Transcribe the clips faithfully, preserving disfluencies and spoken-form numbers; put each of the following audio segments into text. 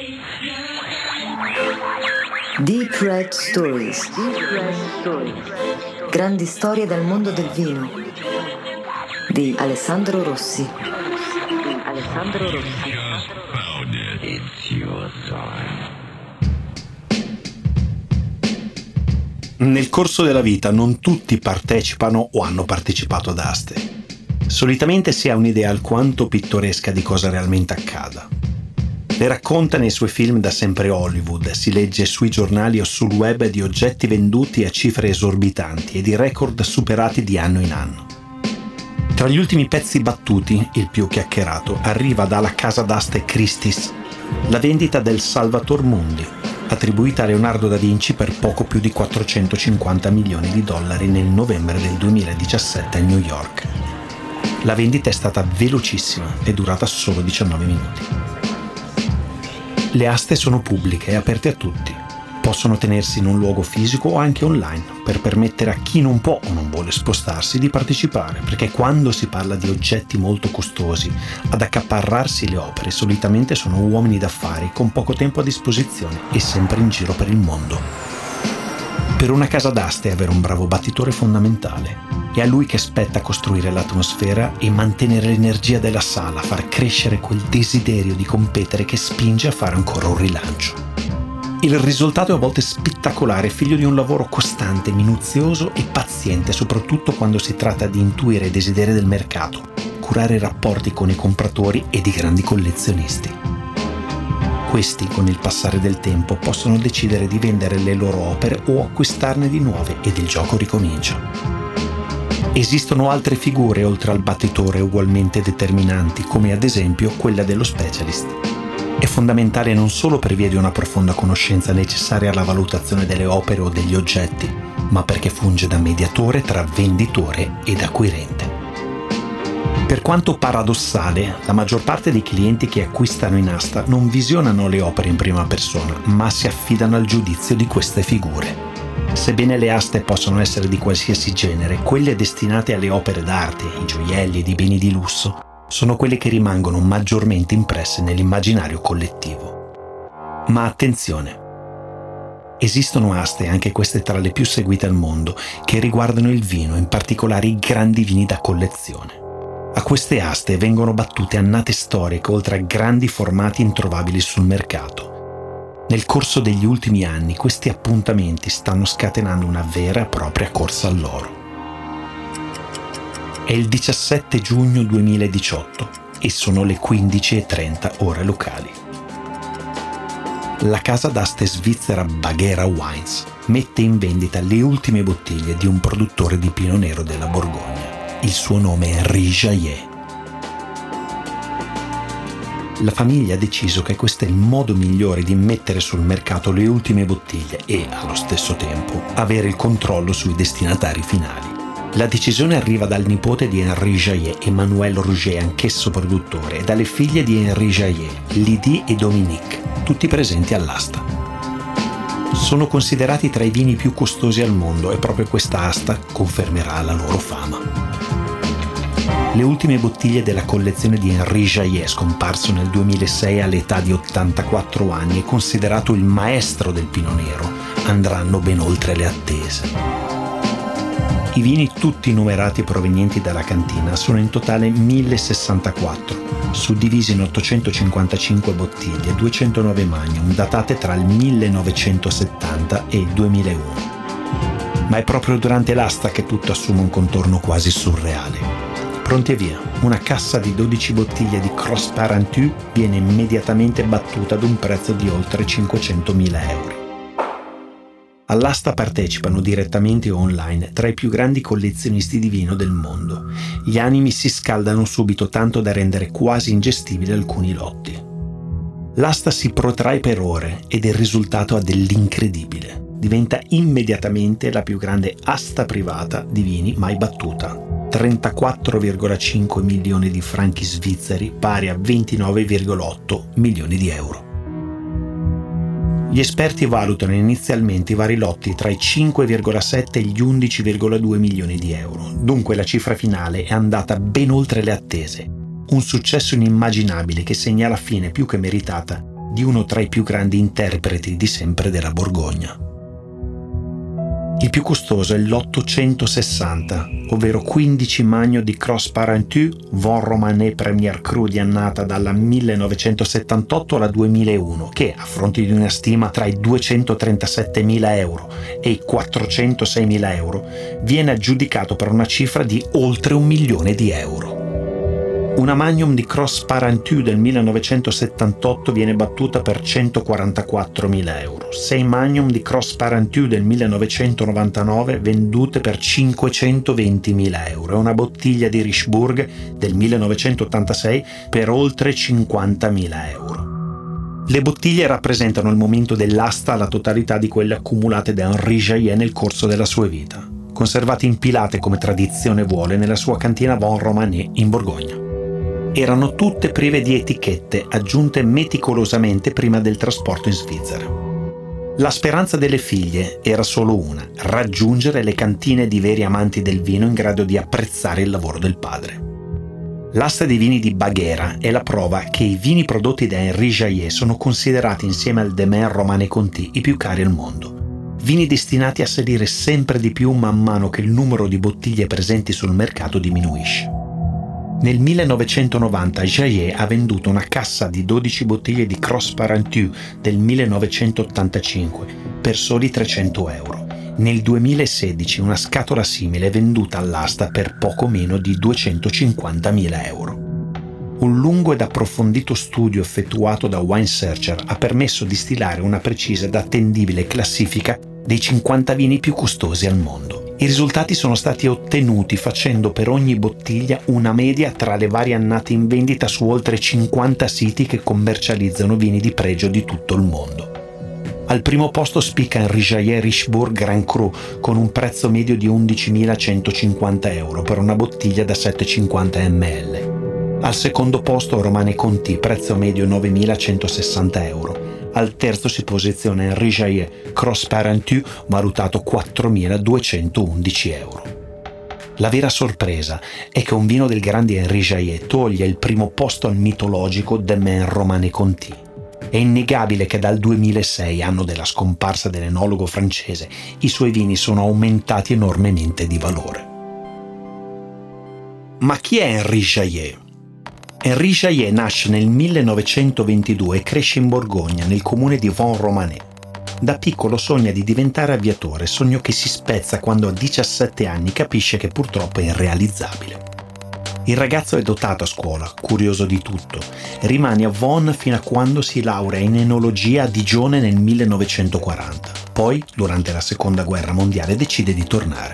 Deep Red Stories. Grandi storie dal mondo del vino di Alessandro Rossi. Di Alessandro Rossi. It's your time. Nel corso della vita non tutti partecipano o hanno partecipato ad aste. Solitamente si ha un'idea alquanto pittoresca di cosa realmente accada. Le racconta nei suoi film da sempre Hollywood, si legge sui giornali o sul web di oggetti venduti a cifre esorbitanti e di record superati di anno in anno. Tra gli ultimi pezzi battuti, il più chiacchierato, arriva dalla casa d'aste Christie's la vendita del Salvator Mundi, attribuita a Leonardo da Vinci per poco più di quattrocentocinquanta milioni di dollari nel novembre del duemiladiciassette a New York. La vendita è stata velocissima e durata solo diciannove minuti. Le aste sono pubbliche e aperte a tutti. Possono tenersi in un luogo fisico o anche online, per permettere a chi non può o non vuole spostarsi di partecipare, perché quando si parla di oggetti molto costosi, ad accaparrarsi le opere solitamente sono uomini d'affari con poco tempo a disposizione e sempre in giro per il mondo. Per una casa d'aste avere un bravo battitore è fondamentale. È a lui che spetta costruire l'atmosfera e mantenere l'energia della sala, far crescere quel desiderio di competere che spinge a fare ancora un rilancio. Il risultato è a volte spettacolare, figlio di un lavoro costante, minuzioso e paziente, soprattutto quando si tratta di intuire i desideri del mercato, curare i rapporti con i compratori ed i grandi collezionisti. Questi, con il passare del tempo, possono decidere di vendere le loro opere o acquistarne di nuove ed il gioco ricomincia. Esistono altre figure oltre al battitore ugualmente determinanti, come ad esempio quella dello specialist. È fondamentale non solo per via di una profonda conoscenza necessaria alla valutazione delle opere o degli oggetti, ma perché funge da mediatore tra venditore ed acquirente. Per quanto paradossale, la maggior parte dei clienti che acquistano in asta non visionano le opere in prima persona, ma si affidano al giudizio di queste figure. Sebbene le aste possono essere di qualsiasi genere, quelle destinate alle opere d'arte, i gioielli ed i beni di lusso, sono quelle che rimangono maggiormente impresse nell'immaginario collettivo. Ma attenzione! Esistono aste, anche queste tra le più seguite al mondo, che riguardano il vino, in particolare i grandi vini da collezione. A queste aste vengono battute annate storiche oltre a grandi formati introvabili sul mercato. Nel corso degli ultimi anni questi appuntamenti stanno scatenando una vera e propria corsa all'oro. È il diciassette giugno duemiladiciotto e sono le quindici e trenta ore locali. La casa d'aste svizzera Baghera Wines mette in vendita le ultime bottiglie di un produttore di Pinot Nero della Borgogna. Il suo nome è Henri Jayer. La famiglia ha deciso che questo è il modo migliore di mettere sul mercato le ultime bottiglie e, allo stesso tempo, avere il controllo sui destinatari finali. La decisione arriva dal nipote di Henri Jayer, Emmanuel Rouget, anch'esso produttore, e dalle figlie di Henri Jayer, Lydie e Dominique, tutti presenti all'asta. Sono considerati tra i vini più costosi al mondo e proprio questa asta confermerà la loro fama. Le ultime bottiglie della collezione di Henri Jayer, scomparso nel duemilasei all'età di ottantaquattro anni e considerato il maestro del Pinot Nero, andranno ben oltre le attese. I vini tutti numerati e provenienti dalla cantina sono in totale mille sessantaquattro, suddivisi in ottocentocinquantacinque bottiglie, duecentonove magnum, datate tra il millenovecentosettanta e il duemilauno. Ma è proprio durante l'asta che tutto assume un contorno quasi surreale. Pronti e via, una cassa di dodici bottiglie di Gros Parentu viene immediatamente battuta ad un prezzo di oltre cinquecentomila euro. All'asta partecipano direttamente o online tra i più grandi collezionisti di vino del mondo. Gli animi si scaldano subito tanto da rendere quasi ingestibili alcuni lotti. L'asta si protrae per ore ed il risultato ha dell'incredibile. Diventa immediatamente la più grande asta privata di vini mai battuta. trentaquattro virgola cinque milioni di franchi svizzeri, pari a ventinove virgola otto milioni di euro. Gli esperti valutano inizialmente i vari lotti tra i cinque virgola sette e gli undici virgola due milioni di euro, dunque la cifra finale è andata ben oltre le attese. Un successo inimmaginabile che segna la fine più che meritata di uno tra i più grandi interpreti di sempre della Borgogna. Il più costoso è l'ottocentosessanta, ovvero quindici Magno di Cros Parentu Vin Romanée Premier Cru di annata dalla millenovecentosettantotto alla duemilauno, che, a fronte di una stima tra i duecentotrentassettemila euro e i quattrocentoseimila euro, viene aggiudicato per una cifra di oltre un milione di euro. Una Magnum di Cros Parentu del millenovecentosettantotto viene battuta per centoquarantaquattromila euro, sei Magnum di Cros Parentu del millenovecentonovantanove vendute per cinquecentoventimila euro e una bottiglia di Richebourg del millenovecentottantasei per oltre cinquantamila euro. Le bottiglie rappresentano il momento dell'asta alla totalità di quelle accumulate da Henri Jayer nel corso della sua vita, conservate impilate come tradizione vuole nella sua cantina Vin Romanée in Borgogna. Erano tutte prive di etichette, aggiunte meticolosamente prima del trasporto in Svizzera. La speranza delle figlie era solo una: raggiungere le cantine di veri amanti del vino in grado di apprezzare il lavoro del padre. L'asta dei vini di Baghera è la prova che i vini prodotti da Henri Jayer sono considerati insieme al Domaine Romanée Conti i più cari al mondo. Vini destinati a salire sempre di più man mano che il numero di bottiglie presenti sul mercato diminuisce. Nel millenovecentonovanta Jayer ha venduto una cassa di dodici bottiglie di Cros Parentu del millenovecentottantacinque per soli trecento euro. Nel duemilasedici una scatola simile è venduta all'asta per poco meno di duecentocinquantamila euro. Un lungo ed approfondito studio effettuato da Wine Searcher ha permesso di stilare una precisa ed attendibile classifica dei cinquanta vini più costosi al mondo. I risultati sono stati ottenuti facendo per ogni bottiglia una media tra le varie annate in vendita su oltre cinquanta siti che commercializzano vini di pregio di tutto il mondo. Al primo posto spicca Henri Jayer Richebourg Grand Cru con un prezzo medio di undicimilacentocinquanta euro per una bottiglia da settecentocinquanta millilitri. Al secondo posto Romanée Conti, prezzo medio novemilacentosessanta euro. Al terzo si posiziona Henri Jayer Cros Parentu, valutato quattromiladuecentoundici euro. La vera sorpresa è che un vino del grande Henri Jayer toglie il primo posto al mitologico Domaine Romanée Conti. È innegabile che dal duemilasei, anno della scomparsa dell'enologo francese, i suoi vini sono aumentati enormemente di valore. Ma chi è Henri Jayer? Henri Jayer nasce nel millenovecentoventidue e cresce in Borgogna, nel comune di Vin Romanée. Da piccolo sogna di diventare aviatore, sogno che si spezza quando a diciassette anni capisce che purtroppo è irrealizzabile. Il ragazzo è dotato a scuola, curioso di tutto. Rimane a Vannes fino a quando si laurea in enologia a Digione nel millenovecentoquaranta. Poi, durante la seconda guerra mondiale, decide di tornare.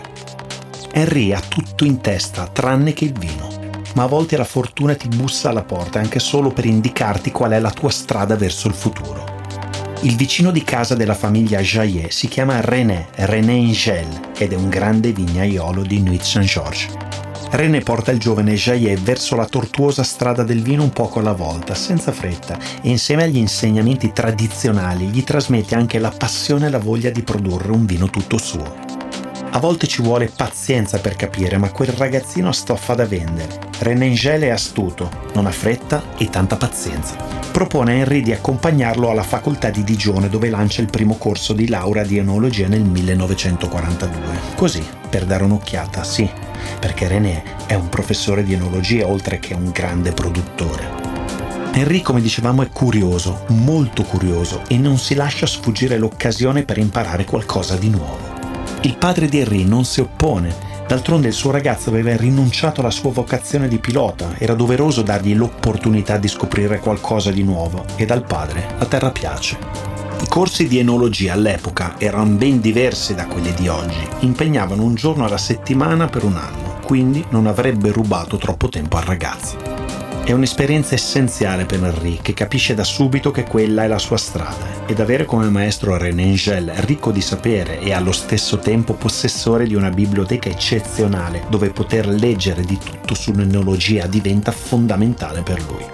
Henri ha tutto in testa, tranne che il vino. Ma a volte la fortuna ti bussa alla porta anche solo per indicarti qual è la tua strada verso il futuro. Il vicino di casa della famiglia Jayer si chiama René, René Ingel, ed è un grande vignaiolo di Nuits-Saint-Georges. René porta il giovane Jayer verso la tortuosa strada del vino un poco alla volta, senza fretta, e insieme agli insegnamenti tradizionali gli trasmette anche la passione e la voglia di produrre un vino tutto suo. A volte ci vuole pazienza per capire, ma quel ragazzino ha stoffa da vendere. René Ingel è astuto, non ha fretta e tanta pazienza. Propone a Henri di accompagnarlo alla facoltà di Digione, dove lancia il primo corso di laurea di enologia nel millenovecentoquarantadue. Così, per dare un'occhiata, sì, perché René è un professore di enologia oltre che un grande produttore. Henri, come dicevamo, è curioso, molto curioso, e non si lascia sfuggire l'occasione per imparare qualcosa di nuovo. Il padre di Henri non si oppone, d'altronde il suo ragazzo aveva rinunciato alla sua vocazione di pilota, era doveroso dargli l'opportunità di scoprire qualcosa di nuovo, e dal padre la terra piace. I corsi di enologia all'epoca erano ben diversi da quelli di oggi, impegnavano un giorno alla settimana per un anno, quindi non avrebbe rubato troppo tempo al ragazzo. È un'esperienza essenziale per Henri, che capisce da subito che quella è la sua strada, ed avere come maestro René Ingel, ricco di sapere e allo stesso tempo possessore di una biblioteca eccezionale dove poter leggere di tutto sull'enologia, diventa fondamentale per lui.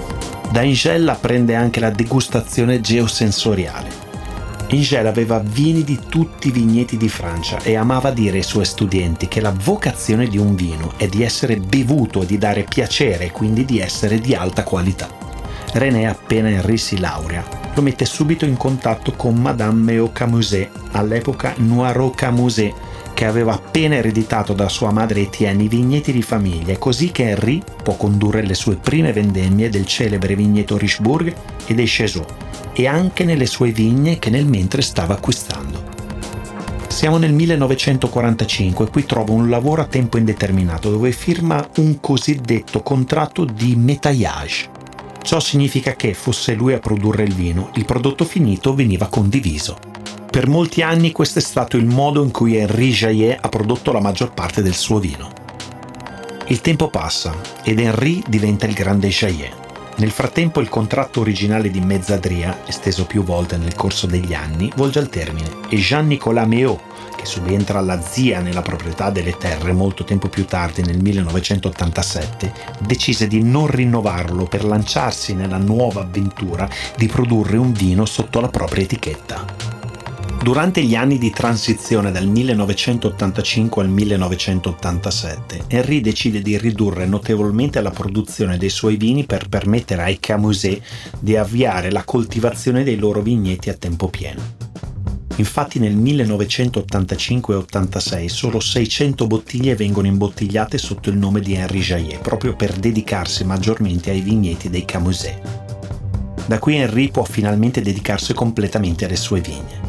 Da Ingel apprende anche la degustazione geosensoriale. Ingel aveva vini di tutti i vigneti di Francia e amava dire ai suoi studenti che la vocazione di un vino è di essere bevuto e di dare piacere, e quindi di essere di alta qualità. René, appena Henri si laurea, lo mette subito in contatto con Madame Méo Camusset, all'epoca Noiraud Camusset, che aveva appena ereditato da sua madre Etienne i vigneti di famiglia, così che Henri può condurre le sue prime vendemmie del celebre vigneto Richebourg e dei Chezeaux, e anche nelle sue vigne che nel mentre stava acquistando. Siamo nel millenovecentoquarantacinque e qui trova un lavoro a tempo indeterminato dove firma un cosiddetto contratto di métallage. Ciò significa che, fosse lui a produrre il vino, il prodotto finito veniva condiviso. Per molti anni questo è stato il modo in cui Henri Jayer ha prodotto la maggior parte del suo vino. Il tempo passa ed Henri diventa il grande Jayer. Nel frattempo il contratto originale di Mezzadria, esteso più volte nel corso degli anni, volge al termine e Jean-Nicolas Méo, che subentra alla zia nella proprietà delle terre molto tempo più tardi nel millenovecentottantasette, decise di non rinnovarlo per lanciarsi nella nuova avventura di produrre un vino sotto la propria etichetta. Durante gli anni di transizione dal millenovecentottantacinque al millenovecentottantasette, Henri decide di ridurre notevolmente la produzione dei suoi vini per permettere ai Camusset di avviare la coltivazione dei loro vigneti a tempo pieno. Infatti nel millenovecentottantacinque ottantasei solo seicento bottiglie vengono imbottigliate sotto il nome di Henri Jayer, proprio per dedicarsi maggiormente ai vigneti dei Camusset. Da qui Henri può finalmente dedicarsi completamente alle sue vigne.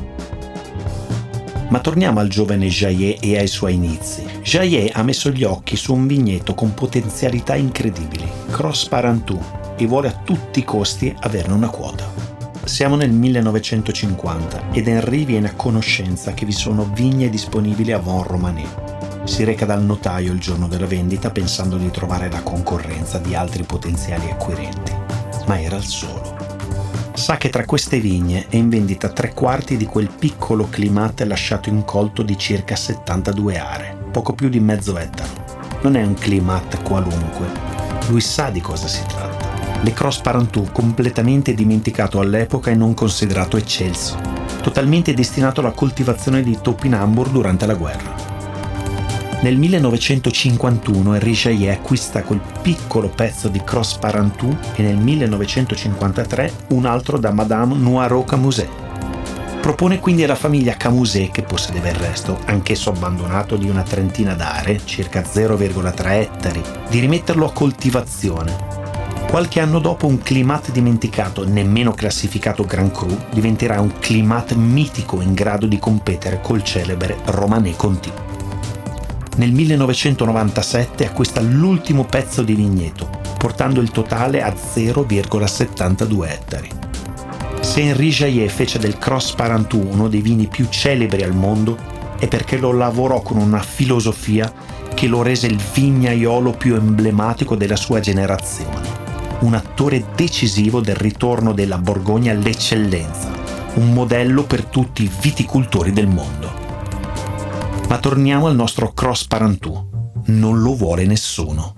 Ma torniamo al giovane Jayer e ai suoi inizi. Jayer ha messo gli occhi su un vigneto con potenzialità incredibili, Cros Parantou, e vuole a tutti i costi averne una quota. Siamo nel millenovecentocinquanta ed Henri viene a conoscenza che vi sono vigne disponibili a Vont-Romanée. Si reca dal notaio il giorno della vendita pensando di trovare la concorrenza di altri potenziali acquirenti, ma era il solo. Sa che tra queste vigne è in vendita tre quarti di quel piccolo climate lasciato incolto di circa settantadue are, poco più di mezzo ettaro. Non è un climate qualunque, lui sa di cosa si tratta. Le Cros Parantou, completamente dimenticato all'epoca e non considerato eccelso, totalmente destinato alla coltivazione di topinambur durante la guerra. Nel millenovecentocinquantuno Henri Jayer acquista quel piccolo pezzo di Cros Parantou e nel millenovecentocinquantatré un altro da Madame Noiraud Camusset. Propone quindi alla famiglia Camusset, che possedeva il resto, anch'esso abbandonato di una trentina d'are, circa zero virgola tre ettari, di rimetterlo a coltivazione. Qualche anno dopo un climate dimenticato, nemmeno classificato Grand Cru, diventerà un climate mitico in grado di competere col celebre Romanée Conti. Nel millenovecentonovantasette acquista l'ultimo pezzo di vigneto, portando il totale a zero virgola settantadue ettari. Se Henri Jayer fece del Cros Parantou uno dei vini più celebri al mondo, è perché lo lavorò con una filosofia che lo rese il vignaiolo più emblematico della sua generazione, un attore decisivo del ritorno della Borgogna all'eccellenza, un modello per tutti i viticoltori del mondo. Ma torniamo al nostro Cros Parantou. Non lo vuole nessuno.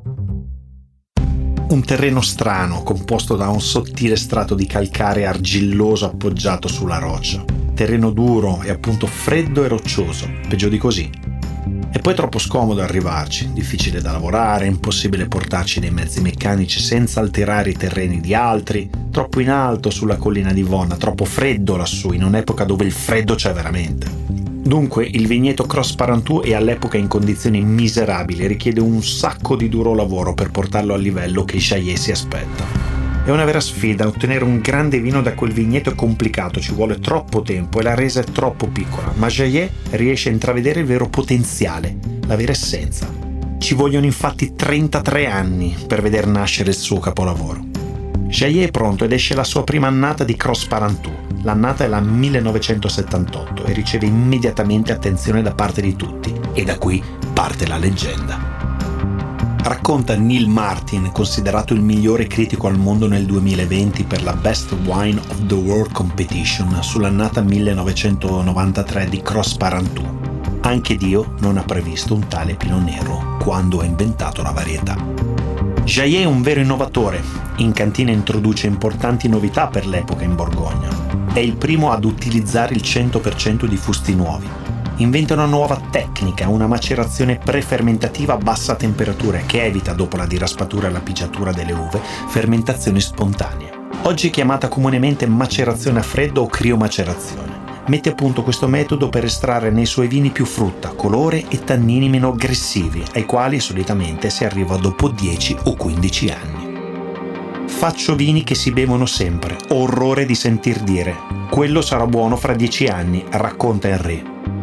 Un terreno strano, composto da un sottile strato di calcare argilloso appoggiato sulla roccia. Terreno duro e appunto freddo e roccioso, peggio di così. E poi troppo scomodo arrivarci, difficile da lavorare, impossibile portarci dei mezzi meccanici senza alterare i terreni di altri, troppo in alto sulla collina di Vonna, troppo freddo lassù, in un'epoca dove il freddo c'è veramente. Dunque il vigneto Cros Parantou è all'epoca in condizioni miserabili, richiede un sacco di duro lavoro per portarlo al livello che Jayer si aspetta. È una vera sfida, ottenere un grande vino da quel vigneto è complicato, ci vuole troppo tempo e la resa è troppo piccola, ma Jayer riesce a intravedere il vero potenziale, la vera essenza. Ci vogliono infatti trentatré anni per veder nascere il suo capolavoro. Jayer è pronto ed esce la sua prima annata di Cros Parantou. L'annata è la millenovecentosettantotto e riceve immediatamente attenzione da parte di tutti, e da qui parte la leggenda. Racconta Neil Martin, considerato il migliore critico al mondo nel duemilaventi per la Best Wine of the World Competition sull'annata millenovecentonovantatré di Cros Parantou. Anche Dio non ha previsto un tale Pinot Nero quando ha inventato la varietà. Jayer è un vero innovatore. In cantina introduce importanti novità per l'epoca in Borgogna. È il primo ad utilizzare il cento per cento di fusti nuovi. Inventa una nuova tecnica, una macerazione prefermentativa a bassa temperatura che evita, dopo la diraspatura e la pigiatura delle uve, fermentazioni spontanee. oggi chiamata comunemente macerazione a freddo o criomacerazione. Mette a punto questo metodo per estrarre nei suoi vini più frutta, colore e tannini meno aggressivi, ai quali solitamente si arriva dopo dieci o quindici anni. Faccio vini che si bevono sempre, ho orrore di sentir dire quello sarà buono fra dieci anni, racconta Henry.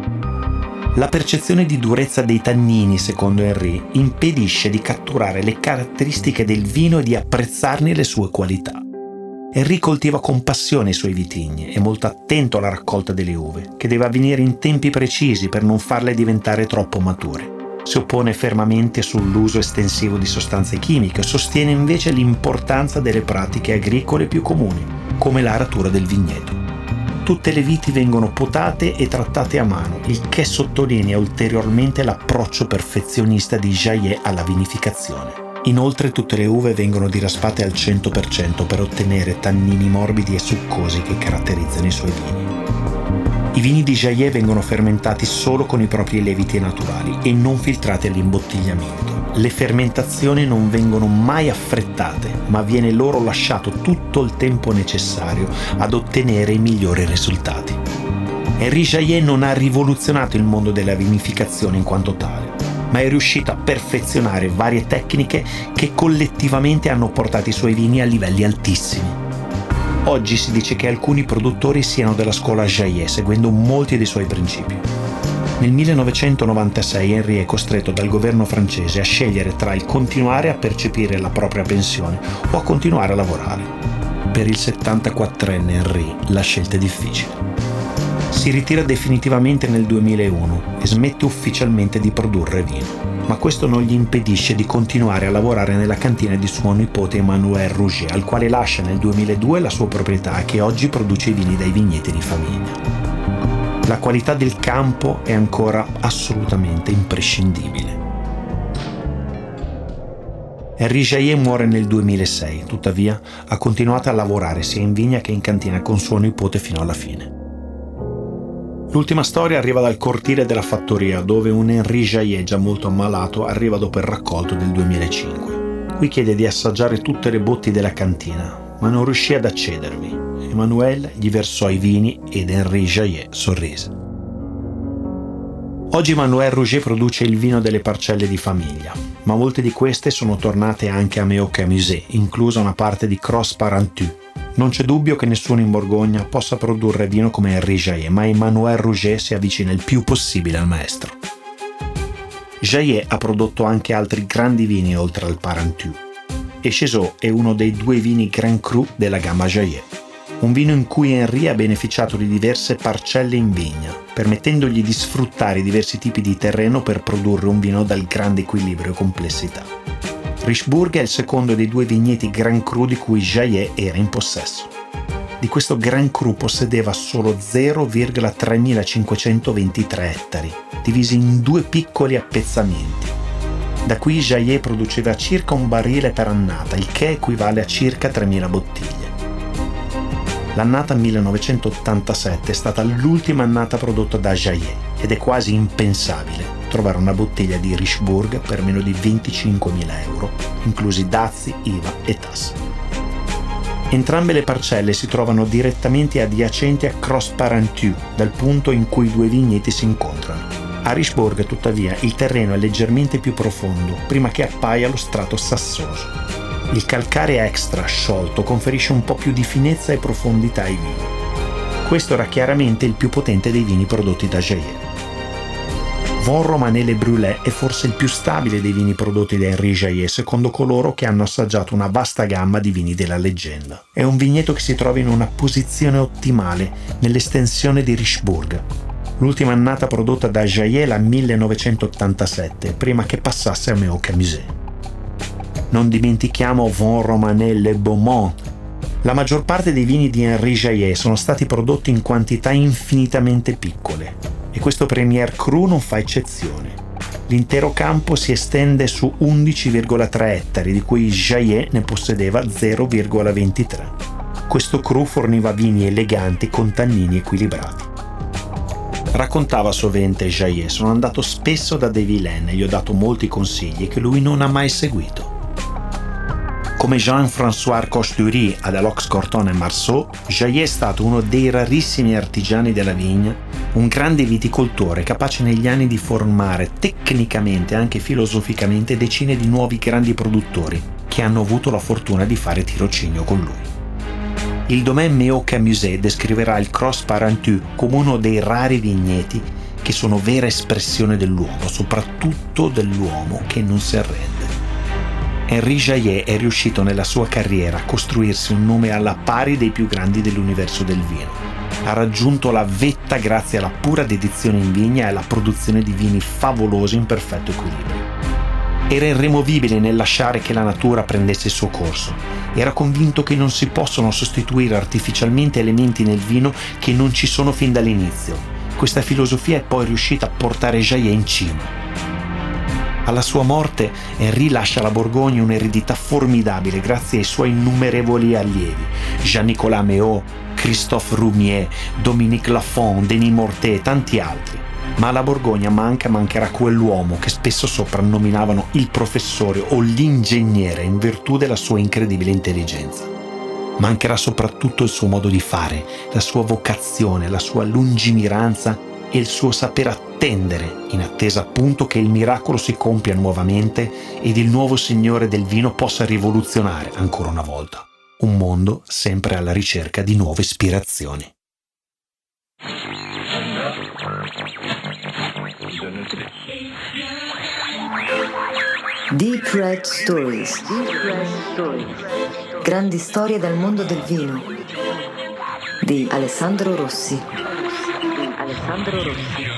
La percezione di durezza dei tannini, secondo Henry, impedisce di catturare le caratteristiche del vino e di apprezzarne le sue qualità. Henry coltiva con passione i suoi vitigni, è molto attento alla raccolta delle uve, che deve avvenire in tempi precisi per non farle diventare troppo mature. Si oppone fermamente sull'uso estensivo di sostanze chimiche, sostiene invece l'importanza delle pratiche agricole più comuni, come l'aratura del vigneto. Tutte le viti vengono potate e trattate a mano, il che sottolinea ulteriormente l'approccio perfezionista di Jaillet alla vinificazione. Inoltre tutte le uve vengono diraspate al cento per cento per ottenere tannini morbidi e succosi che caratterizzano i suoi vini. I vini di Jaillet vengono fermentati solo con i propri lieviti naturali e non filtrati all'imbottigliamento. Le fermentazioni non vengono mai affrettate, ma viene loro lasciato tutto il tempo necessario ad ottenere i migliori risultati. Henry Jaillet non ha rivoluzionato il mondo della vinificazione in quanto tale, ma è riuscito a perfezionare varie tecniche che collettivamente hanno portato i suoi vini a livelli altissimi. Oggi si dice che alcuni produttori siano della scuola Jaillet, seguendo molti dei suoi principi. Nel millenovecentonovantasei Henry è costretto dal governo francese a scegliere tra il continuare a percepire la propria pensione o a continuare a lavorare. Per il settantaquattrenne Henry la scelta è difficile. Si ritira definitivamente nel duemilauno e smette ufficialmente di produrre vino, ma questo non gli impedisce di continuare a lavorare nella cantina di suo nipote Emmanuel Rouget, al quale lascia nel duemiladue la sua proprietà e che oggi produce i vini dai vigneti di famiglia. La qualità del campo è ancora assolutamente imprescindibile. Henry Jaillet muore nel duemilasei, tuttavia ha continuato a lavorare sia in vigna che in cantina con suo nipote fino alla fine. L'ultima storia arriva dal cortile della fattoria, dove un Henry Jaillet già molto ammalato arriva dopo il raccolto del duemilacinque. Qui chiede di assaggiare tutte le botti della cantina, ma non riuscì ad accedervi. Emmanuel gli versò i vini ed Henry Jaillet sorrise. Oggi Emmanuel Rouget produce il vino delle parcelle di famiglia, ma molte di queste sono tornate anche a Méaucain-Musset, inclusa una parte di Cros-Parentu. Non c'è dubbio che nessuno in Borgogna possa produrre vino come Henry Jaillet, ma Emmanuel Rouget si avvicina il più possibile al maestro. Jaillet ha prodotto anche altri grandi vini oltre al Parentu, e Chezeaux è uno dei due vini Grand Cru della gamma Jaillet. Un vino in cui Henry ha beneficiato di diverse parcelle in vigna, permettendogli di sfruttare i diversi tipi di terreno per produrre un vino dal grande equilibrio e complessità. Richebourg è il secondo dei due vigneti Grand Cru di cui Jaillet era in possesso. Di questo Grand Cru possedeva solo zero virgola tremilacinquecentoventitré ettari, divisi in due piccoli appezzamenti. Da qui Jaillet produceva circa un barile per annata, il che equivale a circa tremila bottiglie. L'annata millenovecentottantasette è stata l'ultima annata prodotta da Jaillet ed è quasi impensabile trovare una bottiglia di Richebourg per meno di venticinquemila euro, inclusi dazi, I V A e tasse. Entrambe le parcelle si trovano direttamente adiacenti a Cros-Parentu, dal punto in cui i due vigneti si incontrano. A Richebourg, tuttavia, il terreno è leggermente più profondo, prima che appaia lo strato sassoso. Il calcare extra sciolto conferisce un po' più di finezza e profondità ai vini. Questo era chiaramente il più potente dei vini prodotti da Jaillet. Vin Romanée Le Brulé è forse il più stabile dei vini prodotti da Henry Jaillet, secondo coloro che hanno assaggiato una vasta gamma di vini della leggenda. È un vigneto che si trova in una posizione ottimale nell'estensione di Richebourg. L'ultima annata prodotta da Jaillet è la millenovecentottantasette, prima che passasse a Méaucain-Musset. Non dimentichiamo Vin Romanée Le Beaumont. La maggior parte dei vini di Henry Jaillet sono stati prodotti in quantità infinitamente piccole, e questo Premier Cru non fa eccezione. L'intero campo si estende su undici virgola tre ettari, di cui Jaillet ne possedeva zero virgola ventitré. Questo Cru forniva vini eleganti con tannini equilibrati. Raccontava sovente Jaillet: sono andato spesso da De Vilaine e gli ho dato molti consigli che lui non ha mai seguito. Come Jean-François Coche-Dury ad Alox Corton e Marceau, Jaillet è stato uno dei rarissimi artigiani della vigna, un grande viticoltore capace negli anni di formare tecnicamente e anche filosoficamente decine di nuovi grandi produttori che hanno avuto la fortuna di fare tirocinio con lui. Il Domaine Méot-Camuset descriverà il Cros Parentu come uno dei rari vigneti che sono vera espressione dell'uomo, soprattutto dell'uomo che non si arrende. Henri Jaillet è riuscito nella sua carriera a costruirsi un nome alla pari dei più grandi dell'universo del vino. Ha raggiunto la vetta grazie alla pura dedizione in vigna e alla produzione di vini favolosi in perfetto equilibrio. Era irremovibile nel lasciare che la natura prendesse il suo corso. Era convinto che non si possono sostituire artificialmente elementi nel vino che non ci sono fin dall'inizio. Questa filosofia è poi riuscita a portare Jaillet in cima. Alla sua morte, Henri lascia alla Borgogna un'eredità formidabile grazie ai suoi innumerevoli allievi, Jean-Nicolas Méot, Christophe Roumier, Dominique Lafon, Denis Mortet e tanti altri. Ma alla Borgogna manca mancherà quell'uomo che spesso soprannominavano il professore o l'ingegnere in virtù della sua incredibile intelligenza. Mancherà soprattutto il suo modo di fare, la sua vocazione, la sua lungimiranza e il suo saper attendere, in attesa appunto che il miracolo si compia nuovamente ed il nuovo signore del vino possa rivoluzionare, ancora una volta, un mondo sempre alla ricerca di nuove ispirazioni. Deep Red Stories. Grandi storie dal mondo del vino di Alessandro Rossi. Alessandro Rossi.